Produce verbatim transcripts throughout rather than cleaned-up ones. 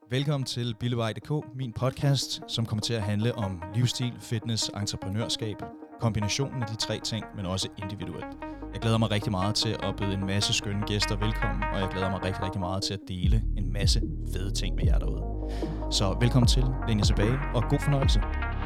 Velkommen til Billevej punktum d k, min podcast, som kommer til at handle om livsstil, fitness, entreprenørskab, kombinationen af de tre ting, men også individuelt. Jeg glæder mig rigtig meget til at byde en masse skønne gæster velkommen, og jeg glæder mig rigtig, rigtig meget til at dele en masse fede ting med jer derude. Så velkommen til, læn jer tilbage, og god fornøjelse.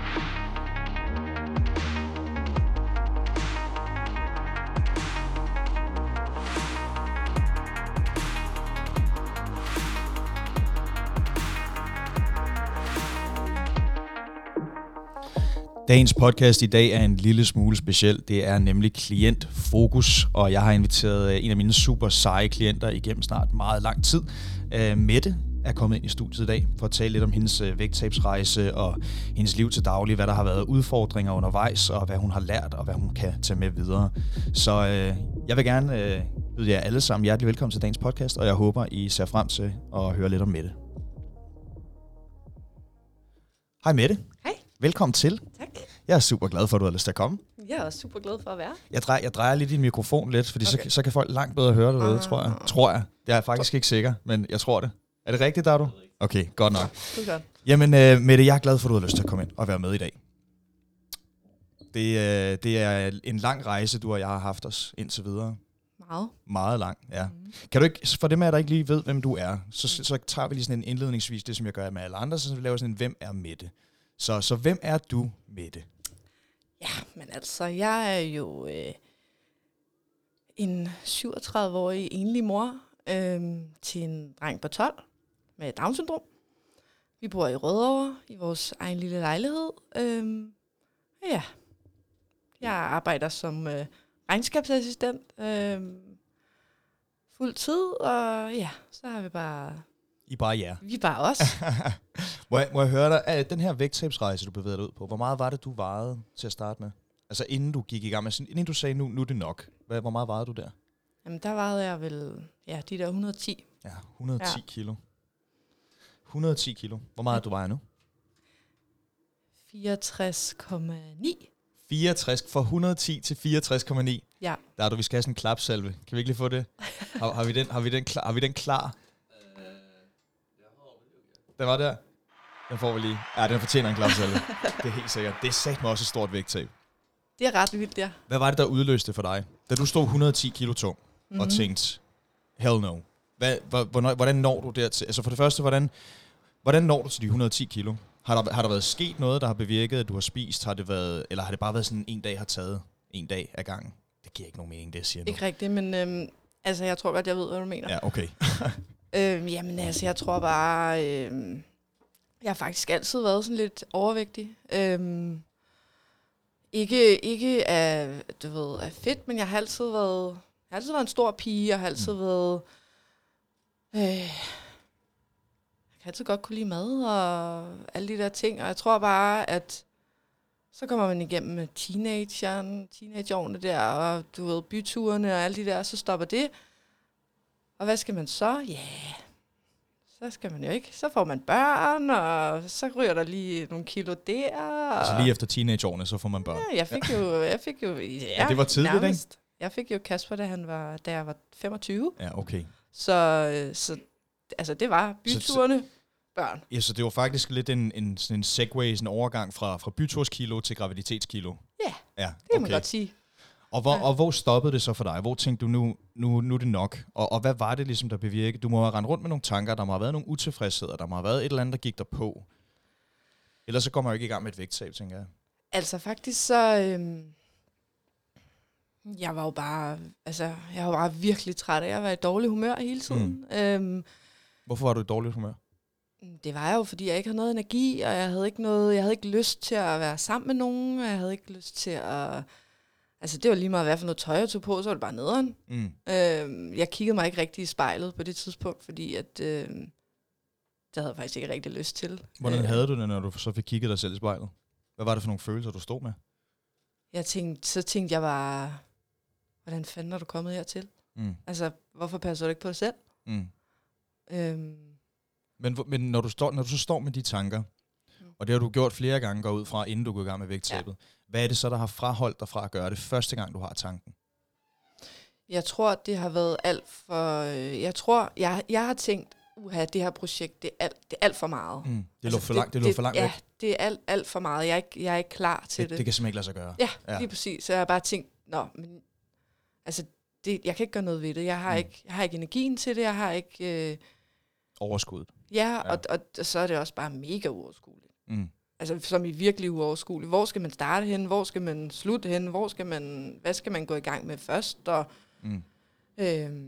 Dagens podcast i dag er en lille smule speciel. Det er nemlig klientfokus, og jeg har inviteret en af mine super seje klienter igennem snart meget lang tid. Mette er kommet ind i studiet i dag for at tale lidt om hendes vægttabsrejse og hendes liv til daglig, hvad der har været udfordringer undervejs, og hvad hun har lært, og hvad hun kan tage med videre. Så øh, jeg vil gerne øh, byde jer alle sammen hjertelig velkommen til dagens podcast, og jeg håber, I ser frem til at høre lidt om Mette. Hej Mette. Hej. Velkommen til. Tak. Jeg er super glad for, at du har lyst til at komme. Jeg er også super glad for at være. Jeg drejer, jeg drejer lige din mikrofon lidt, fordi okay. så, så kan folk langt bedre høre det derude, tror jeg. Tror jeg. Jeg er faktisk ikke sikker, men jeg tror det. Er det rigtigt, der er du? Okay, godt nok. Det er godt. Jamen, øh, Mette, jeg er glad for, at du har lyst til at komme ind og være med i dag. Det, øh, det er en lang rejse, du og jeg har haft os indtil videre. Meget. Meget lang, ja. Mm. Kan du ikke, for dem af jer, der ikke lige ved, hvem du er, så, så tager vi lige sådan en indledningsvis, det som jeg gør med alle andre, så vi laver sådan en, hvem er Mette? Så, så hvem er du, Mette? Ja, men altså, jeg er jo øh, en syvogtredive-årig enlig mor øh, til en dreng på tolv med Down-syndrom. Vi bor i Rødovre i vores egen lille lejlighed. Øh, ja, jeg arbejder som øh, regnskabsassistent øh, fuld tid, og ja, så har vi bare... I bare jer. Vi er bare os. må, jeg, må jeg høre dig, at den her vægttabsrejse, du bevægede dig ud på, hvor meget var det, du varede til at starte med? Altså inden du gik i gang med, inden du sagde, nu, nu er det nok. Hvad, hvor meget varede du der? Jamen der varede jeg vel, ja, de der et hundrede og ti. Ja, et hundrede og ti ja. kilo. et hundrede og ti kilo. Hvor meget ja. Du vejer nu? fireogtres komma ni. fireogtres, fra et hundrede og ti til fireogtres komma ni. Ja. Der er du, vi skal have sådan en klapsalve. Kan vi ikke lige få det? har, har, vi den, har, vi den klar, har vi den klar? Den var der. Den får vi lige. Ja, den fortjener en klapsalve. Det er helt sikkert. Det er satme også et stort vægttab. Det er ret vildt, ja. Hvad var det, der udløste for dig, da du stod et hundrede og ti kilo tung mm-hmm. og tænkte, hell no. Hvad, hvordan, hvordan når du dertil? Altså for det første, hvordan, hvordan når du til de et hundrede og ti kilo? Har der, har der været sket noget, der har bevirket, at du har spist? Har det været, eller har det bare været sådan, en dag har taget en dag ad gangen? Det giver ikke nogen mening, det jeg siger nu. Ikke rigtigt, men øhm, altså, jeg tror godt, jeg ved, hvad du mener. Ja, okay. øhm, jamen altså, jeg tror bare... Øhm, jeg har faktisk altid været sådan lidt overvægtig. Øhm, ikke ikke af, du ved, af fedt, men jeg har altid været, jeg har altid været en stor pige. Jeg har altid mm. været... Øh, jeg kan altid godt kunne lide mad og alle de der ting. Og jeg tror bare, at så kommer man igennem med teenageren, teenageårene der, og du ved, byturene og alle de der, og så stopper det. Og hvad skal man så? Ja... Yeah. Så skal man jo ikke. Så får man børn, og så ryger der lige nogle kilo der. Altså lige efter teenageårene, så får man børn. Ja, jeg fik jo... Jeg fik jo ja, ja, det var tidligt, nærmest. Ikke? Jeg fik jo Kasper, da, han var, da jeg var femogtyve. Ja, okay. Så, så altså, det var byturene, så, børn. Ja, så det var faktisk lidt en, en, sådan en segway, sådan en overgang fra, fra byturskilo til graviditetskilo. Ja, ja det kan okay. man godt sige. Og hvor, og hvor stoppede det så for dig? Hvor tænkte du, nu, nu, nu er det nok? Og, og hvad var det ligesom, der bevirkede? Du må have rendt rundt med nogle tanker, der må have været nogle utilfredsheder, der må have været et eller andet, der gik der på. Ellers så kommer jeg jo ikke i gang med et vægttab, tænker jeg. Altså faktisk så... Øhm, jeg var jo bare... Altså, jeg var bare virkelig træt af at være i dårlig humør hele tiden. Mm. Øhm, Hvorfor var du i dårlig humør? Det var jo, fordi jeg ikke havde noget energi, og jeg havde ikke noget... Jeg havde ikke lyst til at være sammen med nogen, og jeg havde ikke lyst til at... Altså, det var lige meget, hvad for noget tøj jeg tog på, så var det bare nederen. Mm. Øhm, jeg kiggede mig ikke rigtig i spejlet på det tidspunkt, fordi at, øh, det havde jeg faktisk ikke rigtig lyst til. Hvordan øh, havde du det, når du så fik kigget dig selv i spejlet? Hvad var det for nogle følelser, du stod med? Jeg tænkte, så tænkte jeg bare, hvordan fanden er du kommet hertil? Mm. Altså, hvorfor passer du ikke på dig selv? Mm. Øhm. Men, men når, du står, når du så står med de tanker, mm. og det har du gjort flere gange, går ud fra, inden du går i gang med vægttabet, ja. Hvad er det så, der har fraholdt dig fra at gøre det første gang, du har tanken? Jeg tror, det har været alt for... Øh, jeg tror, jeg, jeg har tænkt, uha, det her projekt, det er alt, det er alt for meget. Mm. Det altså, lå for langt, det, det lå for langt ja, væk. Ja, det er alt, alt for meget. Jeg er ikke, jeg er ikke klar til det. det. Det kan simpelthen ikke lade sig gøre. Ja, ja, lige præcis. Så jeg har bare tænkt, nå, men altså, det, jeg kan ikke gøre noget ved det. Jeg har, mm. ikke, jeg har ikke energien til det. Jeg har ikke... Øh, Overskud. Ja, ja. Og, og, og så er det også bare mega uoverskueligt. Mm. Altså, som i virkelig uoverskueligt. Hvor skal man starte hen? Hvor skal man slutte hen? Hvor skal man... Hvad skal man gå i gang med først? Og, mm. øh,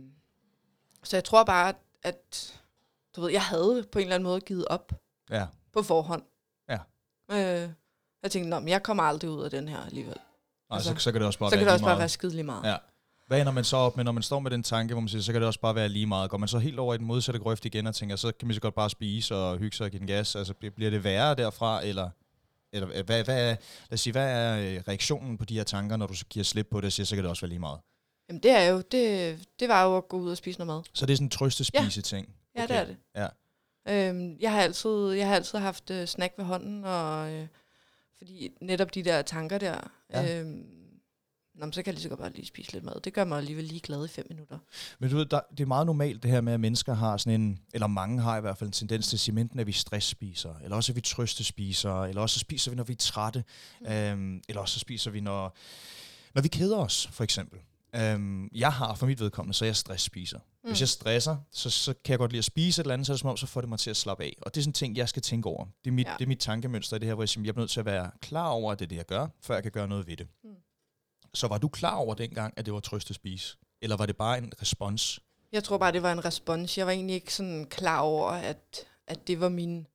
så jeg tror bare, at... Du ved, jeg havde på en eller anden måde givet op. Ja. På forhånd. Ja. Øh, jeg tænkte, nå, men jeg kommer aldrig ud af den her alligevel. Nej, altså, så, så kan det også bare så være kan det også meget. bare være skidelig meget. Ja. Hvad ender man så op med, når man står med den tanke, hvor man siger, så kan det også bare være lige meget. Går man så helt over i den modsatte grøft igen og tænker, så kan man så godt bare spise og hygge sig og give den gas? Altså, bliver det værre derfra, eller, eller hvad, hvad, er, lad os sige, hvad er reaktionen på de her tanker, når du så giver slip på det og siger, så kan det også være lige meget? Jamen det er jo, det, det var jo at gå ud og spise noget mad. Så det er sådan en trøstespise-ting? Ja, okay. Ja, det er det. Ja. Øhm, jeg, har altid, jeg har altid haft uh, snack ved hånden, og øh, fordi netop de der tanker der, ja. øhm, nå, så kan jeg lige så godt bare lige spise lidt mad. Det gør mig alligevel lige glad i fem minutter. Men du ved, der, det er meget normalt det her med, at mennesker har sådan en, eller mange har i hvert fald en tendens til at sige, enten at vi stressspiser, eller også at vi trøstespiser, eller også spiser vi, når vi er trætte, mm. øhm, eller også spiser vi, når, når vi keder os, for eksempel. Um, jeg har for mit vedkommende, så jeg stressspiser. Mm. Hvis jeg stresser, så, så kan jeg godt lide at spise et eller andet, så er det som om, så får det mig til at slappe af. Og det er sådan en ting, jeg skal tænke over. Det er mit, ja. det er mit tankemønster i det her, hvor jeg siger, jeg er nødt til at være klar over, at det er det, jeg gør, før jeg kan gøre noget ved det. Mm. Så var du klar over dengang, at det var trøstespise? Eller var det bare en respons? Jeg tror bare, det var en respons. Jeg var egentlig ikke sådan klar over, at, at det var min,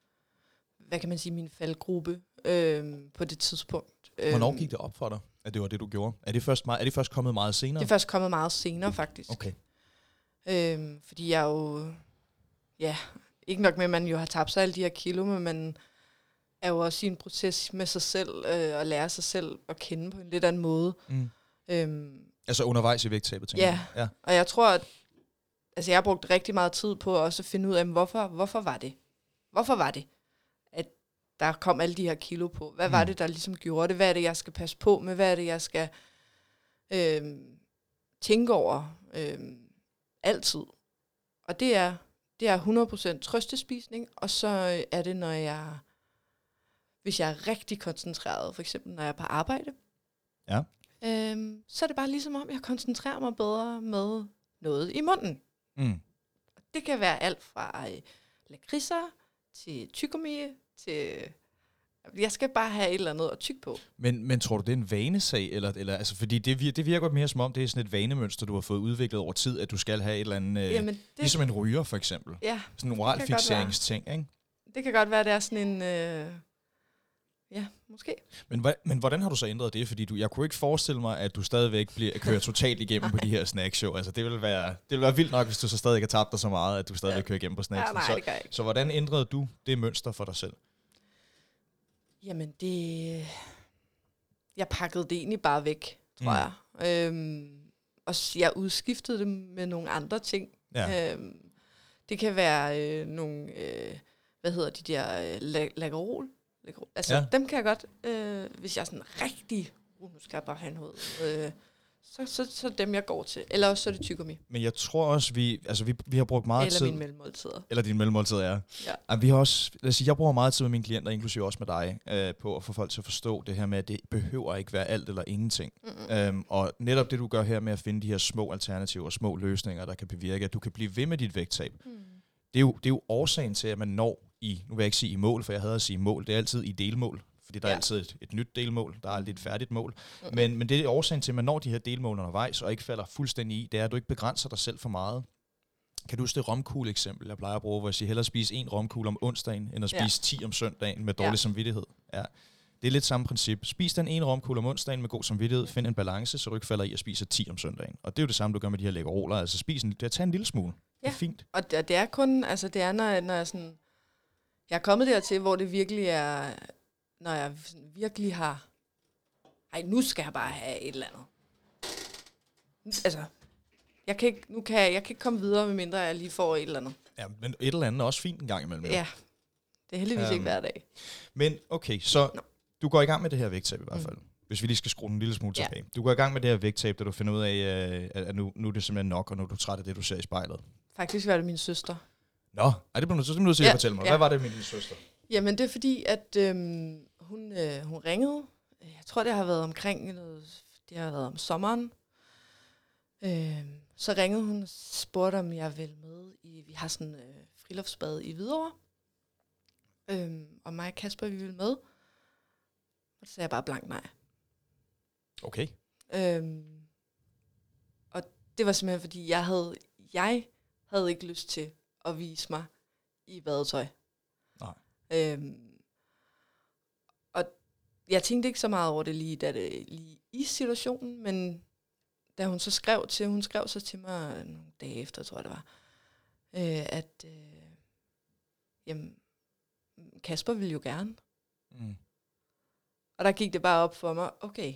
hvad kan man sige, min faldgruppe øhm, på det tidspunkt. Hvornår gik det op for dig, at det var det, du gjorde? Er det først, meget, er det først kommet meget senere? Det er først kommet meget senere, faktisk. Okay. Øhm, fordi jeg jo... Ja, ikke nok med, at man jo har tabt sig alle de her kilo, men man er jo også i en proces med sig selv, øh, og lære sig selv at kende på en lidt anden måde. Mm. Øhm, altså undervejs i vægttabet, tænker ja. ja, og jeg tror, at altså, jeg har brugt rigtig meget tid på også at finde ud af, hvorfor, hvorfor var det? Hvorfor var det, at der kom alle de her kilo på? Hvad mm. var det, der ligesom gjorde det? Hvad er det, jeg skal passe på med? Hvad er det, jeg skal øh, tænke over øh, altid? Og det er, det er hundrede procent trøstespisning, og så er det, når jeg, hvis jeg er rigtig koncentreret, for eksempel når jeg er på arbejde, ja. øh, så er det bare ligesom om, jeg koncentrerer mig bedre med noget i munden. Mm. Det kan være alt fra øh, lakridser til tyggegummi, til... Jeg skal bare have et eller andet at tygge på. Men, men tror du, det er en vanesag? Eller, eller, altså, fordi det, vir- det virker mere som om, det er sådan et vanemønster, du har fået udviklet over tid, at du skal have et eller andet... Jamen, det, det, ligesom en ryger, for eksempel. Ja. Sådan en oral fixeringsting, ikke? Det kan godt være, det er sådan en... Øh, ja, måske. Men, hva, men hvordan har du så ændret det? Fordi du, jeg kunne ikke forestille mig, at du stadigvæk bliver kører totalt igennem på de her snackshow. Altså, det ville være, det ville være vildt nok, hvis du så stadig ikke har tabt dig så meget, at du stadig ja. kører igennem på snacks. Ja, nej, så, det gør jeg ikke. Så hvordan ændrede du det mønster for dig selv? Jamen, det... Jeg pakkede det egentlig bare væk, tror mm. jeg. Øhm, og jeg udskiftede det med nogle andre ting. Ja. Øhm, det kan være øh, nogle... Øh, hvad hedder de der... Øh, Lækkerol. Altså, ja. Dem kan jeg godt... Øh, hvis jeg er sådan rigtig... Uh, nu skal jeg bare have en hoved. Øh, så, så, så dem, jeg går til. Eller også så er det tyggegummi. Men jeg tror også, vi, altså vi, vi har brugt meget eller tid... Eller mine mellemmåltider. Eller dine mellemmåltider, ja. ja. Og vi har også, lad os sige, jeg bruger meget tid med mine klienter, inklusive også med dig, øh, på at få folk til at forstå det her med, at det behøver ikke være alt eller ingenting. Mm-hmm. Øhm, og netop det, du gør her med at finde de her små alternativer, små løsninger, der kan bevirke, at du kan blive ved med dit vægttab. Mm. Det, er jo, det er jo årsagen til, at man når i, nu vil jeg ikke sige i mål, for jeg hader at sige mål, det er altid i delmål. Fordi der ja. er altid et, et nyt delmål, der er aldrig et færdigt mål. Mm. Men, men det er årsagen til, at man når de her delmål undervejs, og ikke falder fuldstændig i, det er, at du ikke begrænser dig selv for meget. Kan du huske det romkugle eksempel, jeg plejer at bruge, hvor jeg siger, hellere spise en romkugle om onsdagen, end at spise ja. ti om søndagen med dårlig ja. samvittighed. Ja. Det er lidt samme princip. Spis den ene romkugle om onsdagen med god samvittighed, find en balance, så du ikke falder i at spise ti om søndagen. Og det er jo det samme, du gør med de her lækkeroler. Altså spis en, det er, tag en lille smule. Ja. Det er fint. Og det, det er kun, altså det er, når, når jeg sådan, jeg er kommet dertil, hvor det virkelig er, når jeg virkelig har, ej, nu skal jeg bare have et eller andet. Altså, jeg kan ikke, nu kan jeg, jeg kan ikke komme videre, medmindre jeg lige får et eller andet. Ja, men et eller andet er også fint en gang imellem. Ja, det er heldigvis um, ikke hver dag. Men okay, så no. du går i gang med det her vægttab i hvert fald. Mm. Hvis vi lige skal skrue en lille smule tilbage. Ja. Du går i gang med det her vægttab, da du finder ud af, at nu, nu er det simpelthen nok, og nu er du træt af det, du ser i spejlet. Faktisk var det min søster. Nå, ej, det bliver du så simpelthen nødt til at Ja, fortælle mig. ja. Hvad var det med din søster? Jamen, det er fordi, at øhm, hun, øh, hun ringede. Jeg tror, det har været omkring noget, det har været om sommeren. Øhm, så ringede hun og spurgte, om jeg ville med i, vi har sådan øh, friluftsbad i Hvidovre. Øhm, og mig og Kasper, vi ville med. Og så sagde jeg bare blank nej. Okay. Øhm, og det var simpelthen, fordi jeg havde, jeg havde ikke lyst til at vise mig i badetøj. Nej. Øhm, og jeg tænkte ikke så meget over det lige, da det, lige i situationen, men da hun så skrev til, hun skrev så til mig nogle dage efter, tror jeg det var, øh, at øh, jamen, Kasper ville jo gerne. Mm. Og der gik det bare op for mig, okay,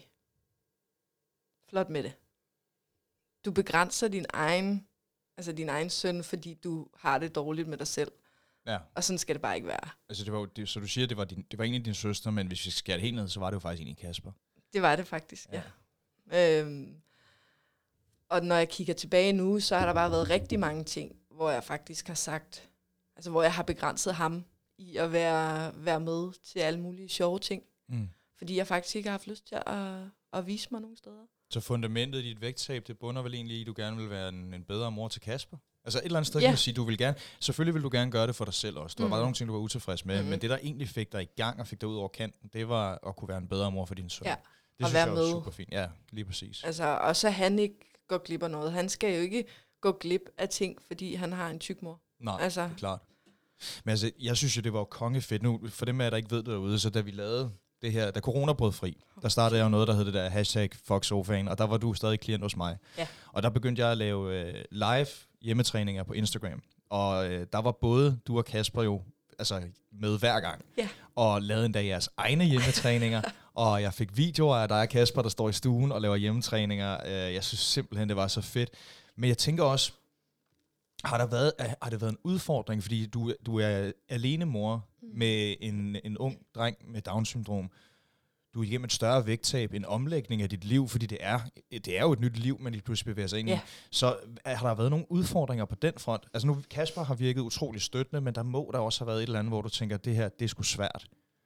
flot med det. Du begrænser din egen, altså din egen søn, fordi du har det dårligt med dig selv. Ja. Og sådan skal det bare ikke være. Altså, det var, jo- det, så du siger, det var, din, det var egentlig din søster, men hvis vi skærer det helt ned, så var det jo faktisk egentlig Kasper. Det var det faktisk, ja. ja. Øhm, og når jeg kigger tilbage nu, så har der bare været rigtig mange ting, hvor jeg faktisk har sagt, altså hvor jeg har begrænset ham i at være, være med til alle mulige sjove ting. Mm. Fordi jeg faktisk ikke har haft lyst til at, at vise mig nogen steder. Så fundamentet i dit vægttab, det bunder vel egentlig i, at du gerne vil være en, en bedre mor til Kasper? Altså et eller andet sted Ja. kan man sige, du vil gerne, selvfølgelig vil du gerne gøre det for dig selv også. Der var Mhm. bare nogle ting, du var utilfreds med, Mhm. men det, der egentlig fik dig i gang og fik dig ud over kanten, det var at kunne være en bedre mor for din søn. Ja. Det Og synes være jeg var med. super fint. Ja, lige præcis. Altså, og så han ikke går glip af noget. Han skal jo ikke gå glip af ting, fordi han har en tyk mor. Nej, altså. det er klart. Men altså, jeg synes jo, det var jo kongefedt. Nu, for dem af jer, der ikke ved det derude, så da vi lavede det her, da corona brød fri, der startede jeg jo noget, der hed det der hashtag fuck sofaen, og der var du stadig klient hos mig. Ja. Og der begyndte jeg at lave øh, live hjemmetræninger på Instagram. Og øh, der var både du og Kasper jo altså, med hver gang. Ja. Og lavede endda jeres egne hjemmetræninger. Og jeg fik videoer af dig og Kasper, der står i stuen og laver hjemmetræninger. Øh, jeg synes simpelthen, det var så fedt. Men jeg tænker også, har der været, har det været en udfordring, fordi du, du er alene mor mm. med en, en ung dreng med Down-syndrom. Du er igennem et større vægttab, en omlægning af dit liv, fordi det er, det er jo et nyt liv, man lige pludselig bevæger sig ind i. Ja. Så har der været nogle udfordringer på den front? Altså nu, Kasper har virket utrolig støttende, men der må der også have været et eller andet, hvor du tænker, at det her, det er sgu svært.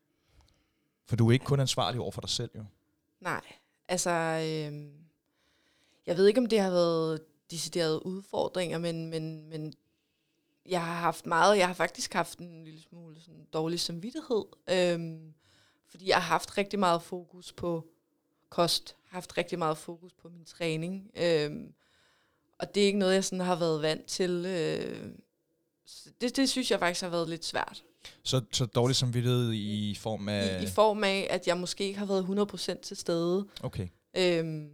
For du er ikke kun ansvarlig over for dig selv, jo. Nej, altså, øh, jeg ved ikke, om det har været deciderede udfordringer, men, men, men jeg har haft meget, jeg har faktisk haft en lille smule sådan dårlig samvittighed, øh, fordi jeg har haft rigtig meget fokus på kost, haft rigtig meget fokus på min træning, øh, og det er ikke noget, jeg sådan har været vant til. Øh, det, det synes jeg faktisk har været lidt svært. Så, så dårlig samvittighed i form af... I, I form af, at jeg måske ikke har været hundrede procent til stede. Okay. Øhm,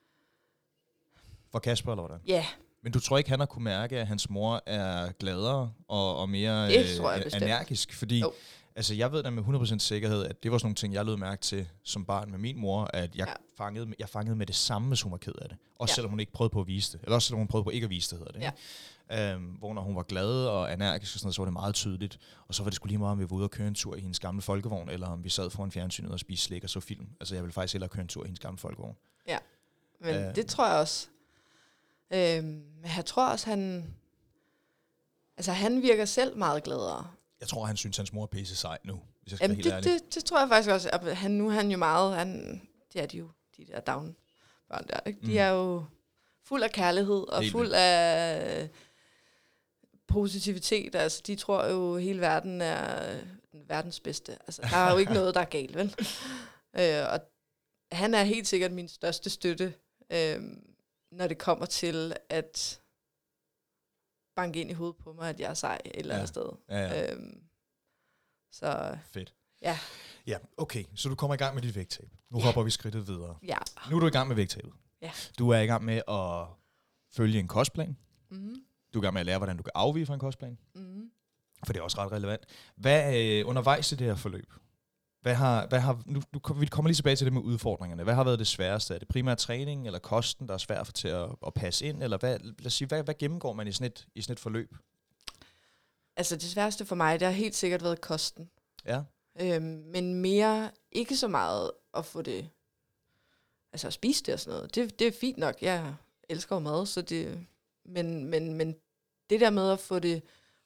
For Kasper, eller hvordan? ja, Men du tror ikke, han har kunne mærke, at hans mor er gladere og, og mere Det tror jeg øh, bestemt. energisk? Fordi Jo. altså, jeg ved da med hundrede procent sikkerhed, at det var sådan nogle ting, jeg lød mærke til som barn med min mor, at jeg, Ja. fangede, jeg fangede med det samme, hvis hun var ked af det. Også Ja. selvom hun ikke prøvede på at vise det. Eller også selvom hun prøvede på ikke at vise det, hedder det. Ja. Øhm, hvor når hun var glad og energisk og sådan noget, så var det meget tydeligt. Og så var det sgu lige meget, om vi var ude og køre en tur i hendes gamle folkevogn, eller om vi sad foran fjernsynet og spiste slik og så film. Altså jeg ville faktisk hellere køre en tur i hendes gamle folkevogn. men Øh. øh. det tror jeg også. Øhm, men jeg tror også, han... Altså, han virker selv meget gladere. Jeg tror, han synes, hans mor er pisse sej nu, hvis jeg skal Jamen, være helt det, ærlig. det, det tror jeg faktisk også. At han, nu er han jo meget... Han, det er de jo, de der down-børn der, ikke? De Mm. er jo fuld af kærlighed og Helt fuld af positivitet. Altså, de tror jo, hele verden er den verdens bedste. Altså, der er jo ikke noget, der er galt, vel? Øh, og han er helt sikkert min største støtte, øh, når det kommer til at banke ind i hovedet på mig, at jeg er sej et eller andet Ja. sted. Ja, ja. Øhm, så Fedt. ja, Ja, okay. Så du kommer i gang med dit vægttab. Nu Ja. hopper vi skridtet videre. ja. Nu er du i gang med vægttabet. Ja. Du er i gang med at følge en kostplan. Mm-hmm. Du er i gang med at lære, hvordan du kan afvige fra en kostplan. Mm-hmm. For det er også ret relevant. Hvad øh, undervejs i det her forløb? Hvad har, hvad har, nu, nu kom- vi kommer lige tilbage til det med udfordringerne. Hvad har været det sværeste? Er det primært træning eller kosten, der er svært for til at, at passe ind? Eller hvad, lad os sige, hvad, hvad gennemgår man i sådan, et, i sådan et forløb? Altså det sværeste for mig, det har helt sikkert været kosten. Ja. Øhm, men mere, ikke så meget at få det, altså at spise det og sådan noget. Det, det er fint nok, jeg elsker jo mad, så det, men, men, men det der med at få det,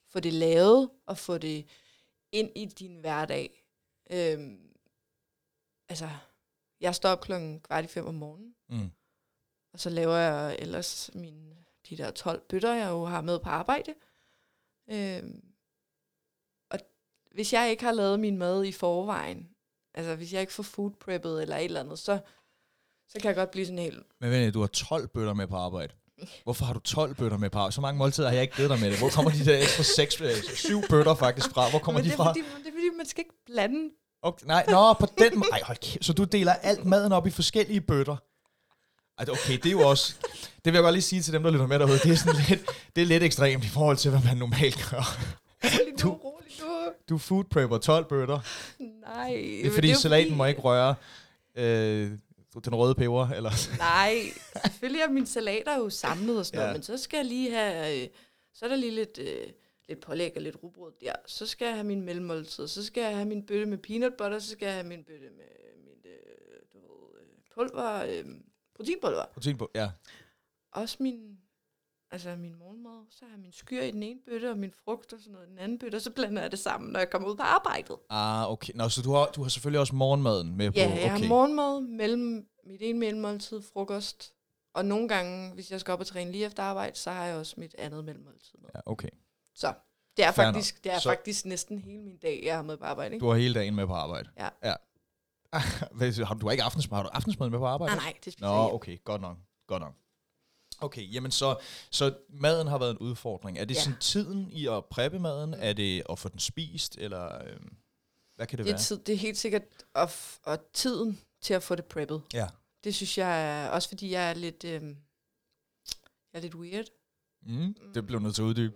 få det lavet, og få det ind i din hverdag. Øhm, altså, jeg står op klokken kvart i fem om morgenen, Mm. og så laver jeg ellers mine, de der tolv bøtter, jeg jo har med på arbejde. Øhm, og hvis jeg ikke har lavet min mad i forvejen, altså hvis jeg ikke får food preppet eller et eller andet, så, så kan jeg godt blive sådan helt... Men vent, du har tolv bøtter med på arbejde. Hvorfor har du tolv bøtter med på arbejde? Så mange måltider har jeg ikke givet dig med det. Hvor kommer de der ekstra seks, syv bøtter faktisk fra? Hvor kommer Men de det er, fra? fordi, det er fordi, man skal ikke blande. Okay, nej, nå, på den måde. Ej, hold kæft. Så du deler alt maden op i forskellige bøtter? Ej, okay, det er jo også... Det vil jeg godt lige sige til dem, der lytter med derude. Det er sådan lidt, det er lidt ekstremt i forhold til, hvad man normalt gør. Rolig nu, Du- rolig nu. Du food prepper tolv bøtter. Nej. Det er fordi, salaten må ikke røre øh, den røde peber, eller... Nej, selvfølgelig er mine salater jo samlet og sådan Ja. noget, men så skal jeg lige have... Øh, så er der lige lidt, øh, lidt pålæg og lidt rugbrød der. Så skal jeg have min mellemmåltid, så skal jeg have min bøtte med peanut butter, så skal jeg have min bøtte med min øh, du ved, øh, pulver, øh, proteinpulver. Protein på, ja. Også min, altså min morgenmad, så har jeg min skyr i den ene bøtte, og min frugt og sådan noget i den anden bøtte, og så blander jeg det sammen, når jeg kommer ud på arbejdet. Ah, okay. Nå, så du har, du har selvfølgelig også morgenmaden med på. Ja, Okay. jeg har morgenmad, mellem mit ene mellemmåltid, frokost, og nogle gange, hvis jeg skal op og træne lige efter arbejde, så har jeg også mit andet mellemmåltid med. Ja, okay. Så det er Fair faktisk, det er Så- faktisk næsten hele min dag, jeg har med på arbejde. Ikke? Du har hele dagen med på arbejde. Ja. ja. Hvad- har du, du har ikke aftensmad? Har du aftensmad med på arbejde? Nej, nej, det spiser Nå, jeg hjem. okay. Godt nok. Godt nok. Okay, jamen så, så maden har været en udfordring. Er det Ja. sådan tiden i at preppe maden? Er det at få den spist? Eller øh, hvad kan det, Det er, være? tid, det er helt sikkert, og, f- og tiden til at få det preppet. Ja. Det synes jeg er, også fordi jeg er lidt, øh, jeg er lidt weird. Mm, det blev nødt til at uddybe.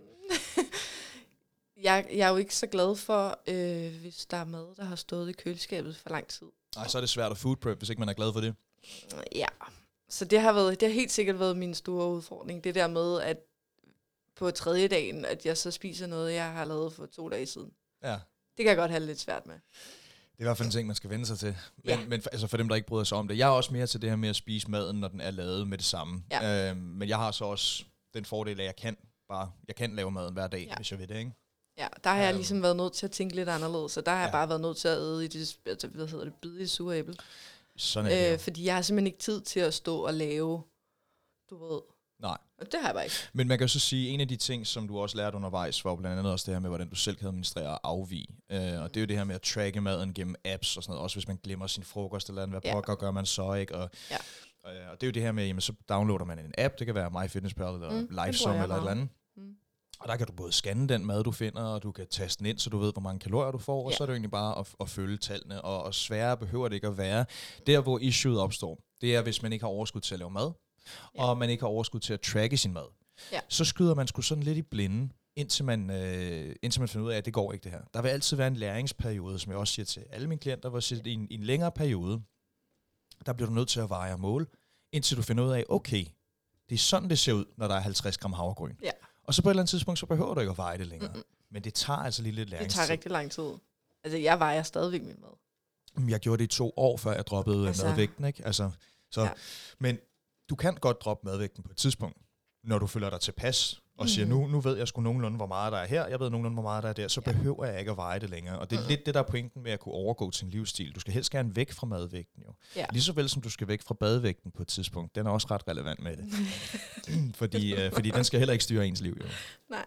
Jeg, jeg er jo ikke så glad for, øh, hvis der er mad, der har stået i køleskabet for lang tid. Nej, så er det svært at food prep, hvis ikke man er glad for det. Ja, så det har, været, det har helt sikkert været min store udfordring. Det der med, at på tredje dagen, at jeg så spiser noget, jeg har lavet for to dage siden. Ja. Det kan jeg godt have det lidt svært med. Det er i hvert fald en ting, man skal vende sig til. Men, Ja. men for, altså for dem, der ikke bryder sig om det. Jeg er også mere til det her med at spise maden, når den er lavet med det samme. Ja. Øhm, men jeg har så også den fordel, at jeg kan bare jeg kan lave maden hver dag, Ja. hvis jeg vil det, ikke? Ja, der har jeg Øhm. ligesom været nødt til at tænke lidt anderledes, så der har jeg Ja. bare været nødt til at æde i det, altså, hvad hedder det, bide i det sure æble. Sådan er det Øh, jo. fordi jeg har simpelthen ikke tid til at stå og lave, du ved. Nej. Og det har jeg bare ikke. Men man kan jo så sige, at en af de ting, som du også lærte undervejs, var jo blandt andet også det her med, hvordan du selv kan administrere og afvige. Øh, og det er jo det her med at tracke maden gennem apps og sådan noget, også hvis man glemmer sin frokost eller andet, hvad Ja. pokker gør man så, ikke? Og, Ja. øh, og det er jo det her med, jamen så downloader man en app, det kan være MyFitnessPal eller Mm, mm, det bruger Lifesum jeg eller et eller meget. andet. Mm. Og der kan du både scanne den mad, du finder, og du kan taste den ind, så du ved, hvor mange kalorier du får, og Ja. så er det jo egentlig bare at, at følge tallene, og, og sværere behøver det ikke at være. Der, hvor issueet opstår, det er, hvis man ikke har overskud til at lave mad, Ja. og man ikke har overskud til at tracke sin mad. Ja. Så skyder man sgu sådan lidt i blinde, indtil man, øh, indtil man finder ud af, at det går ikke det her. Der vil altid være en læringsperiode, som jeg også siger til alle mine klienter, hvor jeg siger, i en, i en længere periode, der bliver du nødt til at veje og måle, indtil du finder ud af, okay, det er sådan, det ser ud, når der er halvtreds gram havregryn. Ja. Og så på et eller andet tidspunkt, så behøver du ikke at veje det længere. Mm-mm. Men det tager altså lige lidt Det læringstid. tager rigtig lang tid. Altså, jeg vejer stadigvæk min mad. Jeg gjorde det i to år, før jeg droppede Altså- altså, madvægten. Ikke? Altså, så, Ja. ja. Men du kan godt droppe madvægten på et tidspunkt, når du føler dig tilpas, og siger, Mhm. nu, nu ved jeg sgu nogenlunde, hvor meget der er her, jeg ved nogenlunde, hvor meget der er der, så Ja. behøver jeg ikke at veje det længere. Og det er Mhm. lidt det, der er pointen med at kunne overgå til en livsstil. Du skal helst gerne væk fra madvægten jo. Ja. Lige så vel som du skal væk fra badevægten på et tidspunkt. Den er også ret relevant med det. fordi, øh, fordi den skal heller ikke styre ens liv jo. Nej.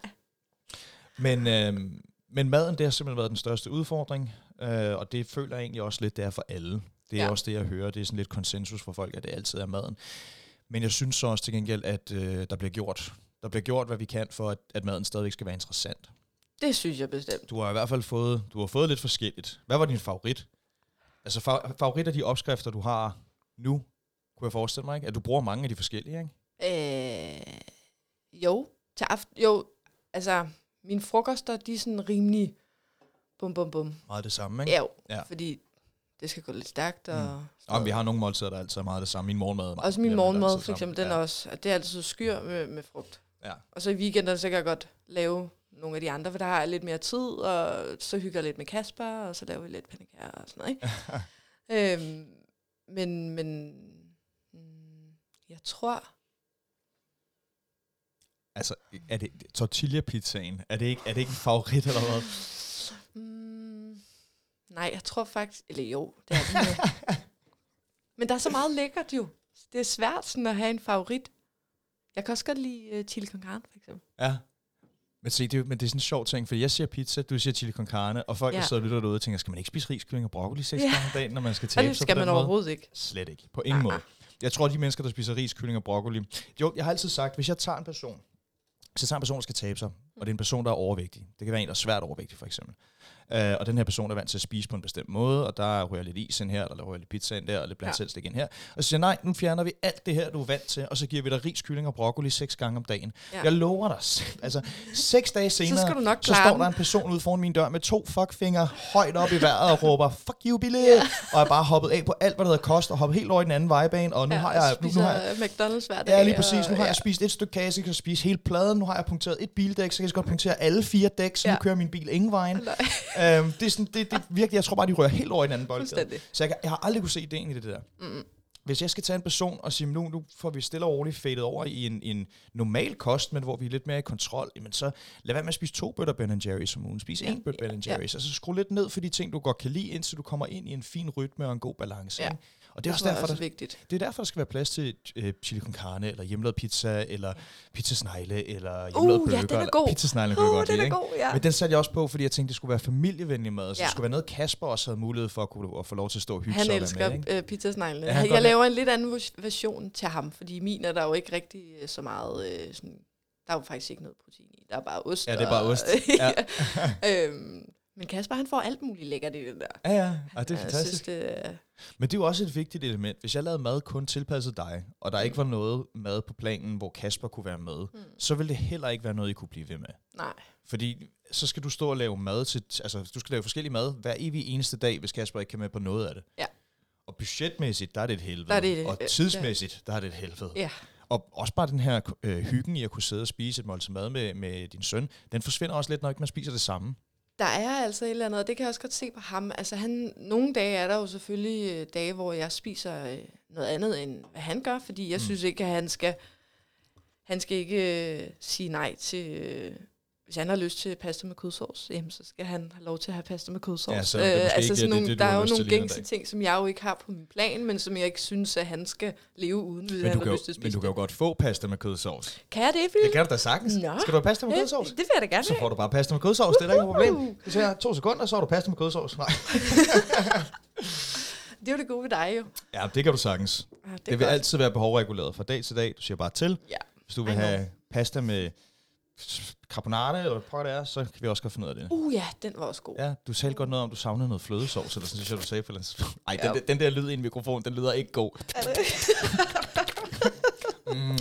Men, øh, men maden, det har simpelthen været den største udfordring, øh, og det føler jeg egentlig også lidt, det er for alle. Det er Ja. også det, jeg hører. Det er sådan lidt konsensus for folk, at det altid er maden. Men jeg synes så også til gengæld, at øh, der bliver gjort. Der bliver gjort, hvad vi kan, for at, at maden stadigvæk skal være interessant. Det synes jeg bestemt. Du har i hvert fald fået, du har fået lidt forskelligt. Hvad var din favorit? Altså fa- favorit af de opskrifter, du har nu, kunne jeg forestille mig, ikke? At du bruger mange af de forskellige, ikke? Øh, jo, til aften, jo, altså, mine frokoster, de er sådan rimelig bum, bum, bum. Meget det samme, ikke? Ja, jo, Ja. fordi det skal gå lidt stærkt. Og Mm. sådan Og vi noget. har nogle måltider, der altid er meget det samme. Min morgenmad er meget- Også min det er morgenmad, altid for samme. eksempel, den ja. er også, at det er altid skyr med, med frugt. Ja. Og så i weekenderne, så kan jeg godt lave nogle af de andre, for der har jeg lidt mere tid, og så hygger jeg lidt med Kasper, og så laver vi lidt pandekager og sådan noget, ikke? øhm, men, men mm, jeg tror, Altså, er det tortilla-pizzaen? Er det ikke, er det ikke en favorit, eller hvad? Mm, nej, jeg tror faktisk... Eller jo, det er det. Men der er så meget lækkert jo. Det er svært sådan at have en favorit. Jeg kan også godt lide uh, chili con carne, for eksempel. Ja. Men, se, det er, men det er sådan en sjov ting, for jeg siger pizza, du siger chili con carne, og folk, ja. der sidder og lytter derude og tænker, skal man ikke spise ris, kylling og broccoli seks ja. gange om dagen, når man skal tabe sig? Det skal man overhovedet måde? Ikke. Slet ikke. På ingen ah, måde. Jeg tror, de mennesker, der spiser ris, kylling og broccoli... Jo, jeg har altid sagt, hvis jeg tager en person, hvis jeg tager en person, der skal tabe sig, og det er en person, der er overvægtig, det kan være en, der er svært overvægtig, for eksempel, Uh, og den her person er vant til at spise på en bestemt måde, og der rører lidt is ind her, eller der rører lidt pizza ind der, og lidt blandt selv slik ind her. Og så siger nej, nu fjerner vi alt det her, du er vant til, og så giver vi dig ris, kylling og broccoli seks gange om dagen. Ja. Jeg lover dig, altså seks dage senere, så, nok så står der en person ude foran min dør med to fuckfingre højt op i vejret og råber, fuck you, Billy! Ja. Og er bare hoppet af på alt, hvad der hedder kost, og hoppet helt over i den anden vejbane, og nu ja, har jeg... Nu, nu har jeg McDonald's hver dag. Ja, lige præcis. Nu har ja. jeg spist et stykke kage, så jeg kan spise hele pladen. Nu har jeg punkteret et bildæk, så jeg kan godt punktere alle fire dæk, så ja. nu kører min bil ingen vejen. øhm, det er sådan, det, det virkelig, jeg tror bare, de rører helt over i en anden boldgade. Så jeg, jeg har aldrig kunne se ideen i det der. Mm. Hvis jeg skal tage en person og sige, nu, nu får vi stille og roligt fadet over i en, en normal kost, men hvor vi er lidt mere i kontrol, men så lad være med at spise to bøtter Ben and Jerry's om ugen. Spis ja. en bøtte Ben and Jerry's. Ja. Altså skru lidt ned for de ting, du godt kan lide, indtil du kommer ind i en fin rytme og en god balance. Ja. Og det er, det, også derfor, også der, vigtigt. Det er derfor, der skal være plads til uh, chili con carne, eller hjemmelavet pizza, eller pizzasnegle, eller hjemmelavet uh, burger. Ja, den er god. Pizzasnegle uh, kan godt lide, er god, ja. Men den satte jeg også på, fordi jeg tænkte, det skulle være familievenlig mad. Så ja. det skulle være noget, Kasper også havde mulighed for at, kunne, at få lov til at stå og hygge sig med. Han elsker uh, pizzasnegle. Ja, jeg laver en lidt anden version til ham, fordi min er der jo ikke rigtig så meget... Uh, sådan, der er jo faktisk ikke noget protein i. Der er bare ost. Ja, det er bare ost. ja. øhm, Men Kasper, han får alt muligt lækkert i den der. Ja, ja. Og det er fantastisk. Synes, det er... Men det er jo også et vigtigt element. Hvis jeg lavede mad kun tilpasset dig, og der mm. ikke var noget mad på planen, hvor Kasper kunne være med, mm. så ville det heller ikke være noget, I kunne blive ved med. Nej. Fordi så skal du stå og lave mad til... Altså, du skal lave forskellige mad hver evig eneste dag, hvis Kasper ikke kan med på noget af det. Ja. Og budgetmæssigt, der er det et helvede. Der er det, og tidsmæssigt, der er det et helvede. Ja. Og også bare den her øh, hyggen i at kunne sidde og spise et måltid mad med, med din søn, den forsvinder også lidt, når ikke man spiser det samme. Der er altså et eller andet, og det kan jeg også godt se på ham. Altså han, nogle dage er der jo selvfølgelig øh, dage, hvor jeg spiser øh, noget andet, end hvad han gør, fordi jeg mm. synes ikke, at han skal, han skal ikke øh, sige nej til... Øh, hvis han har lyst til pasta med kødsovs, jamen, så skal han have lov til at have pasta med kødsovs. Ja, så øh, altså sådan nogle, det, det, der er jo nogle gængse ting, som jeg jo ikke har på min plan, men som jeg ikke synes, at han skal leve uden, hvis han har lyst til at spise. Men du kan jo godt få pasta med kødsovs. Kan jeg det, Phil? Det kan du da sagtens. Nå. Skal du have pasta med det, kødsovs? Det vil jeg da gerne. Så får du bare pasta med kødsovs, det er der ikke noget problem. Så siger jeg to sekunder, så har du pasta med kødsovs. Nej. Det er jo det gode ved dig jo. Ja, det kan du sagtens. Ja, det, det vil godt. Altid være behovreguleret fra dag til dag. Du siger bare til. Ja. Hvis du vil have pasta med carbonara, eller hvad det er, så kan vi også godt finde ud af det. Uh ja, den var også god. Ja, du talte godt noget om, du savnede noget flødesovs, eller sådan, synes jeg, du sagde på den. Ej, ja. den, den der lyd i en mikrofon, den lyder ikke god. Er det? mm.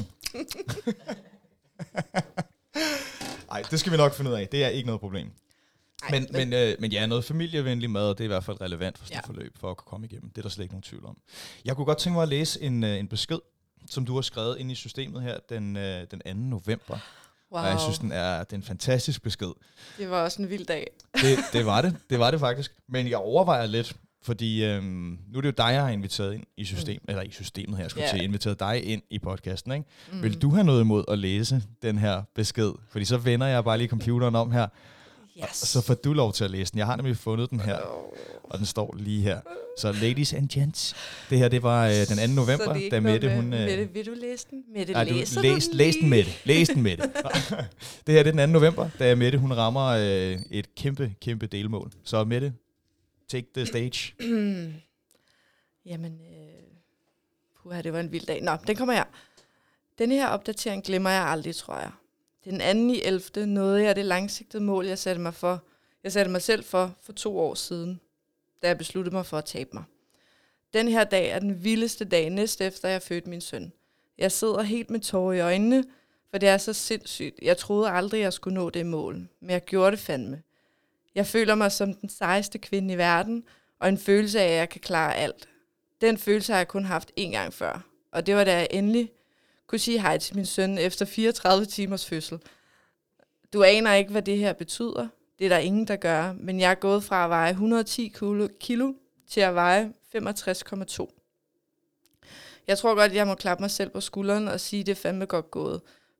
Ej, det skal vi nok finde ud af. Det er ikke noget problem. Ej, men, men, øh, men ja, noget familievenlig mad, det er i hvert fald relevant for sådan et ja. forløb, for at kunne komme igennem. Det er der slet ikke nogen tvivl om. Jeg kunne godt tænke mig at læse en, øh, en besked, som du har skrevet ind i systemet her den, øh, den anden november. Wow. Og jeg synes, den er, det er en fantastisk besked. Det var også en vild dag. det, det var det. Det var det faktisk. Men jeg overvejer lidt, fordi øhm, nu er det jo dig, jeg har inviteret ind i systemet, mm. eller i systemet her, jeg skulle yeah. til, inviteret dig ind i podcasten, ikke? Mm. Vil du have noget imod at læse den her besked? Fordi så vender jeg bare lige computeren om her, yes. og så får du lov til at læse den. Jeg har nemlig fundet den her, og den står lige her. Så ladies and gents, det her det var øh, den anden november, da Mette hun... Øh, Mette, vil du læse den? Mette, nej, læser du, læs, den læs den Mette. Læs den Mette. Det her det er den anden november, da Mette hun rammer øh, et kæmpe, kæmpe delmål. Så Mette, take the stage. Jamen, øh, puha, det var en vild dag. Nå, den kommer her. Denne her opdatering glemmer jeg aldrig, tror jeg. Den anden i ellevte nåede jeg det langsigtede mål, jeg satte mig for. Jeg satte mig selv for for to år siden, da jeg besluttede mig for at tabe mig. Den her dag er den vildeste dag, næst efter jeg fødte min søn. Jeg sidder helt med tårer i øjnene, for det er så sindssygt. Jeg troede aldrig, jeg skulle nå det mål, men jeg gjorde det fandme. Jeg føler mig som den sejeste kvinde i verden, og en følelse af, at jeg kan klare alt. Den følelse har jeg kun haft én gang før, og det var da jeg endelig kunne sige hej til min søn efter fireogtredive timers fødsel. Du aner ikke, hvad det her betyder. Det er der ingen, der gør, men jeg er gået fra at veje et hundrede og ti kilo til at veje femogtres komma to. Jeg tror godt, jeg må klappe mig selv på skulderen og sige, at det er fandme godt gået.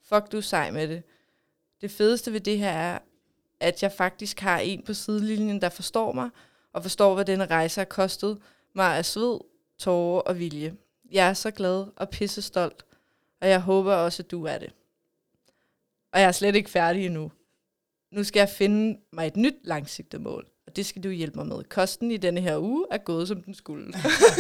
fuck, du er sej med det. Det fedeste ved det her er, at jeg faktisk har en på sidelinjen, der forstår mig, og forstår, hvad denne rejse har kostet mig af sved, tårer og vilje. Jeg er så glad og pissestolt, og jeg håber også, at du er det. Og jeg er slet ikke færdig endnu. Nu skal jeg finde mig et nyt langsigtet mål, og det skal du hjælpe mig med. Kosten i denne her uge er gået, som den skulle.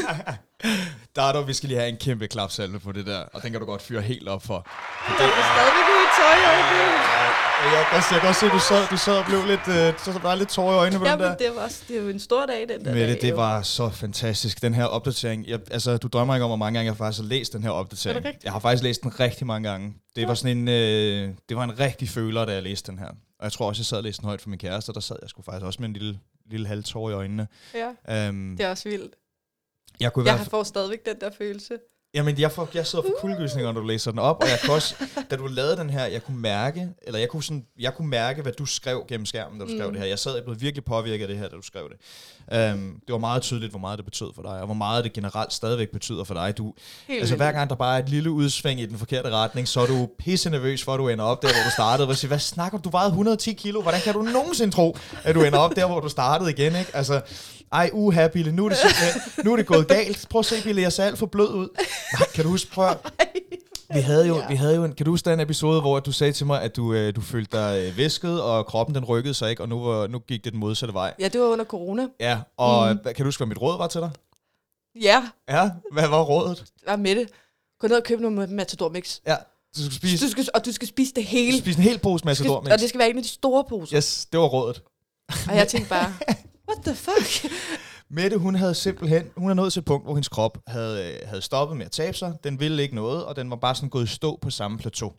Der er dog, vi skal lige have en kæmpe klapsalve på det der, og den kan du godt fyre helt op for. Det er stadigvæk i tøj i øjnene. Jeg kan, jeg kan også se, at du sad, du sad og blev lidt, øh, så der var lidt tårer i øjnene på ja, den der. Men det var også, det er jo en stor dag, den der Mette, dag. det var så fantastisk, den her opdatering. Jeg, altså, du drømmer ikke om, hvor mange gange jeg faktisk har læst den her opdatering. Jeg har faktisk læst den rigtig mange gange. Det ja. var sådan en, øh, det var en rigtig føler, da jeg læste den her. Og jeg tror også, jeg sad og læste den højt for min kæreste, og der sad jeg sgu faktisk også med en lille, lille halv tår i øjnene. Ja, um, det er også vildt. Jeg, kunne jeg hvert... får stadigvæk den der følelse. Jamen, jeg, får, jeg sidder for kuldegysninger, når du læser den op, og jeg kunne også, da du lavede den her, jeg kunne mærke, eller jeg kunne, sådan, jeg kunne mærke, hvad du skrev gennem skærmen, da du mm. skrev det her. Jeg sad og blev virkelig påvirket af det her, da du skrev det. Um, det var meget tydeligt, hvor meget det betød for dig, og hvor meget det generelt stadigvæk betyder for dig. Du, altså, hver gang der bare er et lille udsving i den forkerte retning, så er du pisse nervøs for, at du ender op der, hvor du startede. Hvad, siger, hvad snakker du? Du vejede et hundrede og ti kilo. Hvordan kan du nogensinde tro, at du ender op der, hvor du startede igen, ikke? Altså, ej, uha, Bille, nu er det simpelthen, nu er det gået galt. Prøv at se, Bille, jeg ser alt for blød ud. Nej, kan du huske, prøv vi havde jo, ja. vi havde jo en, kan du huske den episode, hvor du sagde til mig, at du, øh, du følte dig øh, væsket, og kroppen den rykkede sig ikke, og nu, var, nu gik det den modsatte vej. Ja, det var under corona. Ja, og mm. kan du huske, hvad mit råd var til dig? Ja. Ja, hvad var rådet? Var med det. Gå ned og køb noget Matador Mix. Ja, du skal spise. Du skal, og du skal spise det hele. Du skal spise en hel pose Matador Mix. Og det skal være en af de store poser. Yes, det var rådet. Og jeg tænkte bare, what the fuck? Mette, hun havde simpelthen, hun er nået til et punkt, hvor hendes krop havde, havde stoppet med at tabe sig. Den ville ikke noget, og den var bare sådan gået i stå på samme plateau.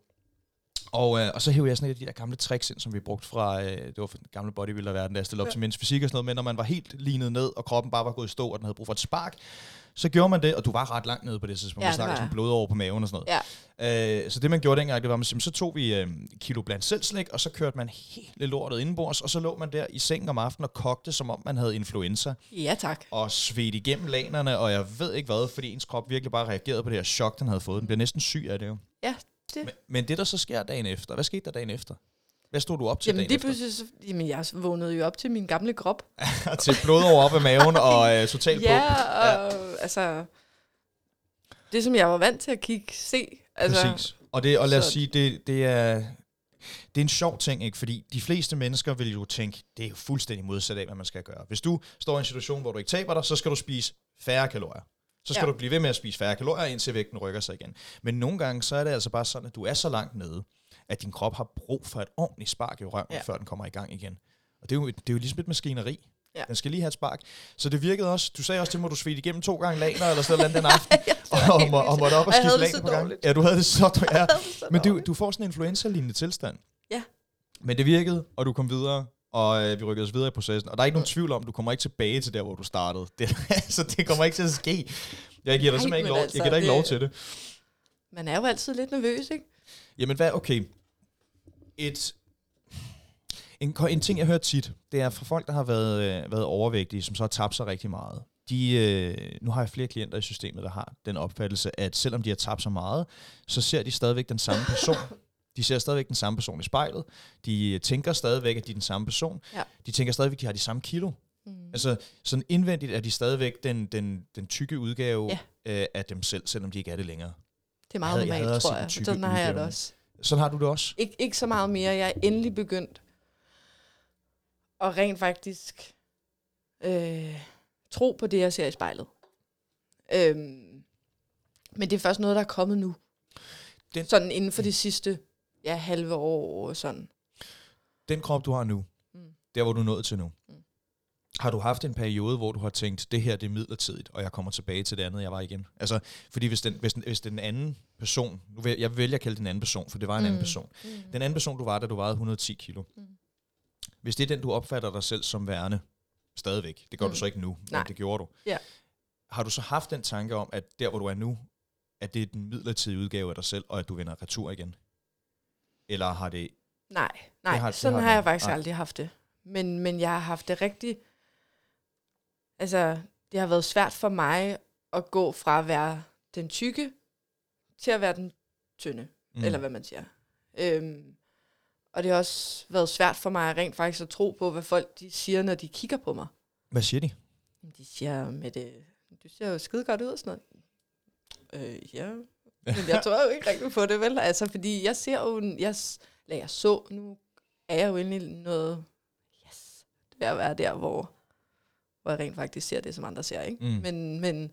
Og, øh, og så hævde jeg sådan et af de der gamle tricks ind, som vi brugte fra, øh, det var fra den gamle bodybuilder-verden, der stillede op ja. til mænds fysik og sådan noget, men når man var helt lignet ned, og kroppen bare var gået i stå, og den havde brug for et spark, så gjorde man det, og du var ret langt nede på det tidspunkt, ja, vi snakkede sådan blod over på maven og sådan noget. Ja. Øh, så det man gjorde dengang, det var, at så tog vi øh, kilo blandt selvslik, og så kørte man hele lortet indenbords, og så lå man der i sengen om aftenen og kogte, som om man havde influenza. Ja, tak. Og svedte igennem lanerne, og jeg ved ikke hvad, fordi ens krop virkelig bare reagerede på det her chok, den havde fået. Den bliver næsten syg af det jo. Ja, det. Men, men det, der så sker dagen efter, hvad skete der dagen efter? Hvad stod du op til jamen, dagen det efter? Pludselig, jamen, jeg vågnede jo op til min gamle krop. Til blod over op af maven og øh, totalt ja, og ja. altså... Det, som jeg var vant til at kigge, se. Altså, præcis. Og, det, og lad os sige, det, det, er, det er en sjov ting, ikke? Fordi de fleste mennesker vil jo tænke, det er jo fuldstændig modsat af, hvad man skal gøre. Hvis du står i en situation, hvor du ikke taber dig, så skal du spise færre kalorier. Så skal ja. du blive ved med at spise færre kalorier, indtil vægten rykker sig igen. Men nogle gange, så er det altså bare sådan, at du er så langt nede, at din krop har brug for et ordentligt spark i røven, ja. før den kommer i gang igen. Og det er jo, det er jo ligesom et maskineri. Ja. Den skal lige have et spark. Så det virkede også, du sagde også til mig, at du svedte igennem to gange laner, eller sådan noget den aften, og, og, og måtte op og skifte laner på gang. Ja, du havde det så dårligt. Ja. Men du, du får sådan en influenza-lignende tilstand. Ja. Men det virkede, og du kom videre, og øh, vi rykkede os videre i processen. Og der er ikke nogen tvivl om, du kommer ikke tilbage til der, hvor du startede. Det, så det kommer ikke til at ske. Jeg giver dig simpelthen ikke lov, altså, jeg giver dig ikke det, lov til det. Man er jo altid lidt nervøs, ikke? Jamen hvad, okay. Et... En, en ting, jeg hører tit, det er fra folk, der har været, øh, været overvægtige, som så har tabt sig rigtig meget. De, øh, nu har jeg flere klienter i systemet, der har den opfattelse, at selvom de har tabt sig meget, så ser de stadigvæk den samme person. De ser stadigvæk den samme person i spejlet. De tænker stadigvæk, at de er den samme person. Ja. De tænker stadigvæk, at de har de samme kilo. Mm. Altså, sådan indvendigt er de stadigvæk den, den, den tykke udgave ja. øh, af dem selv, selvom de ikke er det længere. Det er meget normalt, jeg tror jeg. Sådan har jeg det også. Sådan har du det også? Ik- ikke så meget mere. Jeg er endelig begyndt og rent faktisk øh, tro på det, jeg ser i spejlet. Øhm, men det er først noget, der er kommet nu. Den, sådan inden for de sidste ja, halve år. Sådan. Den krop, du har nu, mm. der hvor du er nået til nu, mm. har du haft en periode, hvor du har tænkt, det her det er midlertidigt, og jeg kommer tilbage til det andet, jeg var igen? Altså, fordi hvis den, hvis den, hvis den anden person, nu vil, jeg vælger at kalde den anden person, for det var en mm. anden person. Mm. Den anden person, du var, da du vejede et hundrede og ti kilo. Mm. Hvis det er den, du opfatter dig selv som værende, stadigvæk, det gør mm. du så ikke nu, men det gjorde du. Ja. Har du så haft den tanke om, at der, hvor du er nu, at det er den midlertidige udgave af dig selv, og at du vender retur igen? Eller har det... Nej, nej det har, sådan det har, har jeg faktisk nej. aldrig haft det. Men, men jeg har haft det rigtig... Altså, det har været svært for mig at gå fra at være den tykke, til at være den tynde. Mm. Eller hvad man siger. Øhm, og det har også været svært for mig rent faktisk at tro på, hvad folk de siger, når de kigger på mig. Hvad siger de? De siger, med det, du ser jo skide godt ud og sådan noget. Øh, ja. Men jeg tror jo ikke rigtig på det, vel? Altså, fordi jeg ser jo, jeg, eller jeg så, nu er jeg jo egentlig noget, yes, det er at være der, hvor, hvor jeg rent faktisk ser det, som andre ser, ikke? Mm. Men, men,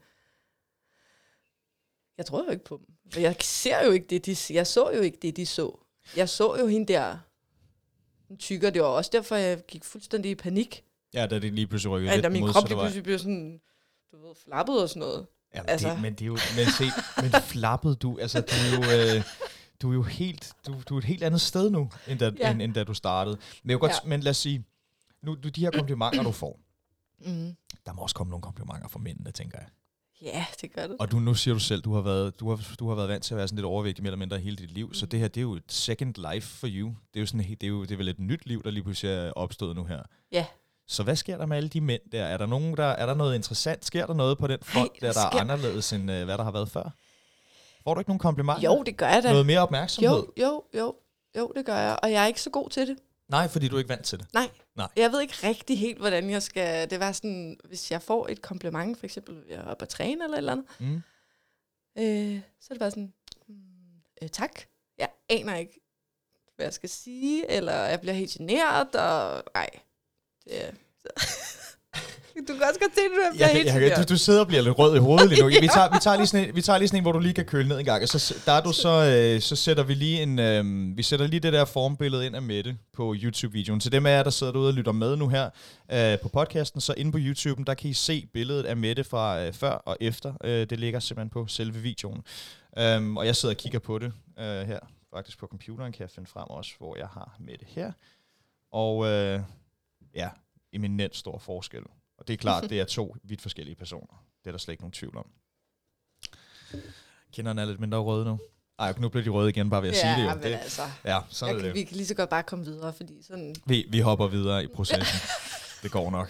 jeg tror jo ikke på dem. Jeg ser jo ikke det, de jeg så jo ikke det, de så. Jeg så jo hende der, den tykker, det var også derfor, jeg gik fuldstændig i panik. Ja, da det lige pludselig rykkede ja, lidt da min mod, krop lige pludselig blev sådan, du ved, flappet og sådan noget. Ja, men, altså. det, men det er jo, men se, men flappet du, altså du er jo, øh, du er jo helt, du, du er et helt andet sted nu, end da, ja. end, end da du startede. Men, jeg godt, ja. men lad os sige, nu du, de her komplimenter, du får, mm. der må også komme nogle komplimenter fra mændene, tænker jeg. Ja, det gør det. Og du, nu siger du selv, du har været, du har, du har været vant til at være sådan lidt overvægtig mere eller mindre hele dit liv, mm. så det her, det er jo et second life for you. Det er jo sådan, det er jo, det er vel et nyt liv, der lige pludselig er opstået nu her. Ja. Så hvad sker der med alle de mænd der? Er der nogen, der er der noget interessant? Sker der noget på den front, der, der er anderledes end uh, hvad der har været før? Får du ikke nogen komplimenter? Jo, det gør jeg da. Noget mere opmærksomhed? Jo, jo, jo, jo, det gør jeg. Og jeg er ikke så god til det. Nej, fordi du er ikke vant til det. Nej. Nej. Jeg ved ikke rigtig helt, hvordan jeg skal. Det var sådan, hvis jeg får et kompliment, for eksempel, jeg er oppe at træne eller et eller andet, mm. øh, så er det bare sådan, mm, øh, tak. Jeg aner ikke, hvad jeg skal sige, eller jeg bliver helt generet, og nej. Det er, du kan også godt se, at du bliver helt generet. Du, du sidder og bliver lidt rød i hovedet lige nu. Ja. Vi, tager, vi, tager lige sådan en, vi tager lige sådan en, hvor du lige kan køle ned en gang, og så, der er du så, øh, så sætter vi lige en, øh, vi sætter lige det der formbillede ind af Mette på YouTube-videoen. Til dem af jer, der sidder derude og lytter med nu her øh, på podcasten, så inde på YouTube'en, der kan I se billedet af Mette fra øh, før og efter. Øh, det ligger simpelthen på selve videoen. Um, og jeg sidder og kigger på det øh, her, faktisk på computeren kan jeg finde frem også, hvor jeg har Mette her. Og øh, ja, eminent stor forskel. Og det er klart, det er to vidt forskellige personer. Det er der slet ikke nogen tvivl om. Kinderne er lidt mindre røde nu. Ej, nu bliver de røde igen, bare ved at ja, sige det. Jo. Men det altså, ja, sådan er kan, det. Vi kan lige så godt bare komme videre, fordi sådan... Vi, vi hopper videre i processen. Det går nok.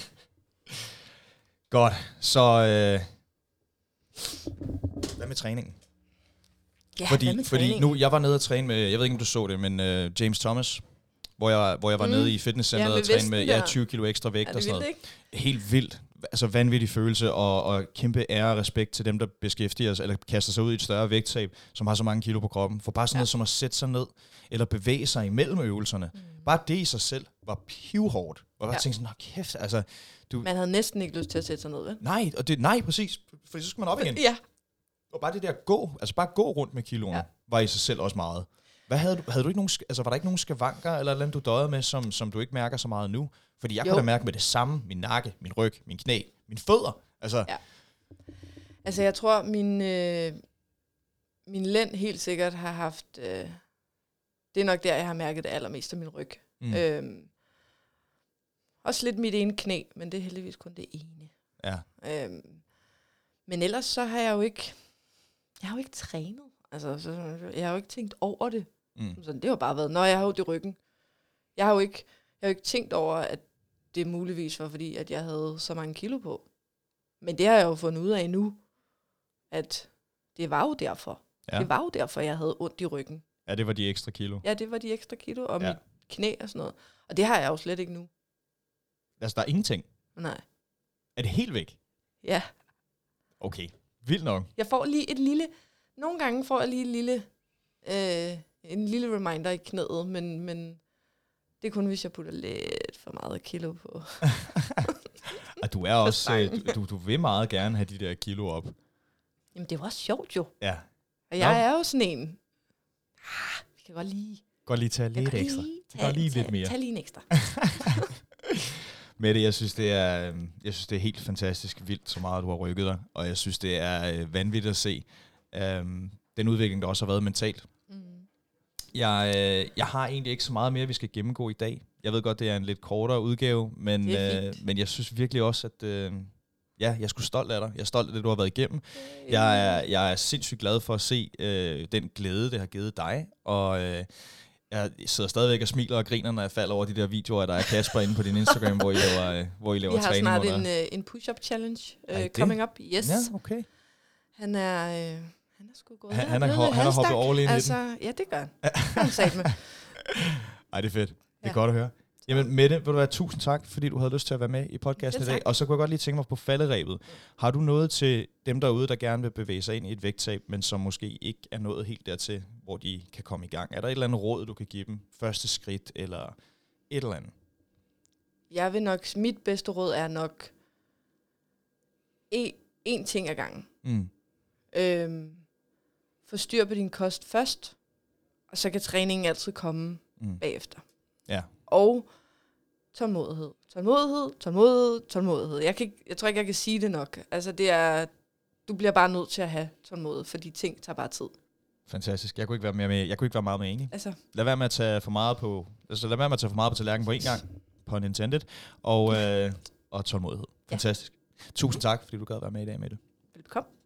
Godt, så... Øh, hvad med træningen? Ja, fordi, hvad med fordi træningen? nu, jeg var nede og træne med, jeg ved ikke, om du så det, men uh, James Thomas... Hvor jeg, hvor jeg var mm. nede i fitnesscenteret ja, og trænede med ja, tyve kilo ekstra vægt og sådan noget. Helt vildt. Altså vanvittig følelse og, og kæmpe ære og respekt til dem, der beskæftiger sig eller kaster sig ud i et større vægttab, som har så mange kilo på kroppen. For bare sådan ja. noget som at sætte sig ned eller bevæge sig imellem øvelserne. Mm. Bare det i sig selv var pivhårdt. Og jeg ja. tænkte sådan, nå kæft, altså... Du, man havde næsten ikke lyst til at sætte sig ned, vel? Nej, og det, nej, præcis. For så skal man op igen. Ja. Og bare det der gå, altså bare gå rundt med kiloen, ja. var i sig selv også meget. Hvad havde du, havde du ikke nogen, altså var der ikke nogen skavanker eller noget, du døjede med, som, som du ikke mærker så meget nu? Fordi jeg jo. kunne da mærke med det samme, min nakke, min ryg, min knæ, mine fødder. Altså, ja. altså jeg tror, min, øh, min lænd helt sikkert har haft, øh, det er nok der, jeg har mærket det allermest af min ryg. Mm. Øhm, også lidt mit ene knæ, men det er heldigvis kun det ene. Ja. Øhm, men ellers så har jeg jo ikke, jeg har jo ikke trænet. Altså, så, jeg har jo ikke tænkt over det. Mm. Sådan, det har bare været, når jeg har jo det ryggen. Jeg har jo ikke, jeg har jo ikke tænkt over, at det muligvis var fordi, at jeg havde så mange kilo på. Men det har jeg jo fundet ud af nu, at det var jo derfor. Ja. Det var jo derfor, jeg havde ondt i ryggen. Ja, det var de ekstra kilo. Ja, det var de ekstra kilo, og ja. mit knæ og sådan noget. Og det har jeg jo slet ikke nu. Altså, der er ingenting? Nej. Er det helt væk? Ja. Okay, vildt nok. Jeg får lige et lille... Nogle gange får jeg lige et lille, øh, en lille reminder i knæet, men, men det er kun, hvis jeg putter lidt for meget kilo på. Og du er også, du, du vil meget gerne have de der kilo op. Jamen, det var også sjovt jo. Ja. Og jeg Nå. er jo sådan en, ah, vi kan godt lige... Godt lige tage lidt ekstra. Lige tage, godt lige tage, lidt mere. Tag lige en ekstra. Mette, jeg synes, det er, jeg synes, det er helt fantastisk vildt, så meget du har rykket dig. Og jeg synes, det er vanvittigt at se. Um, den udvikling, der også har været mentalt. Mm. Jeg, øh, jeg har egentlig ikke så meget mere, vi skal gennemgå i dag. Jeg ved godt, det er en lidt kortere udgave, men, øh, men jeg synes virkelig også, at øh, ja, jeg er sgu stolt af dig. Jeg er stolt af det, du har været igennem. Øh. Jeg, er, jeg er sindssygt glad for at se øh, den glæde, det har givet dig, og øh, jeg sidder stadigvæk og smiler og griner, når jeg falder over de der videoer, der er Kasper inde på din Instagram, hvor I laver, øh, hvor I laver vi træning. Vi har snart en, uh, en push-up challenge uh, coming up. Yes. Ja, okay. Han er, øh, han er sgu gået Han, han, er, ho- han er hoppet all in altså, i den. Ja, det gør han. Han sagde med. Ej, det er fedt. Det er Ja. godt at høre. Jamen Mette, vil du være tusind tak, fordi du havde lyst til at være med i podcasten i dag. Og så kunne jeg godt lige tænke mig på falderebet. Har du noget til dem derude, der gerne vil bevæge sig ind i et vægttab, men som måske ikke er nået helt dertil, hvor de kan komme i gang? Er der et eller andet råd, du kan give dem? Første skridt eller et eller andet? Jeg vil nok, mit bedste råd er nok en, en ting ad gangen. Mm. Øhm, få styr på din kost først, og så kan træningen altid komme Mm. bagefter. Ja. Og tålmodighed. Tålmodighed, tålmodighed, tålmodighed. Jeg, kan ikke, jeg tror ikke, jeg kan sige det nok. Altså, det er, du bliver bare nødt til at have tålmodighed, fordi ting tager bare tid. Fantastisk. Jeg kunne ikke være mere med. Jeg kunne ikke være meget mere enig. Altså. Lad være med at tage for meget på. Altså lad være med at tage for meget på tallerkenen på en gang. Pun intended. Og øh, og tålmodighed. Fantastisk. Ja. Tusind tak, fordi du gad være med i dag, Mette. Velbekomme.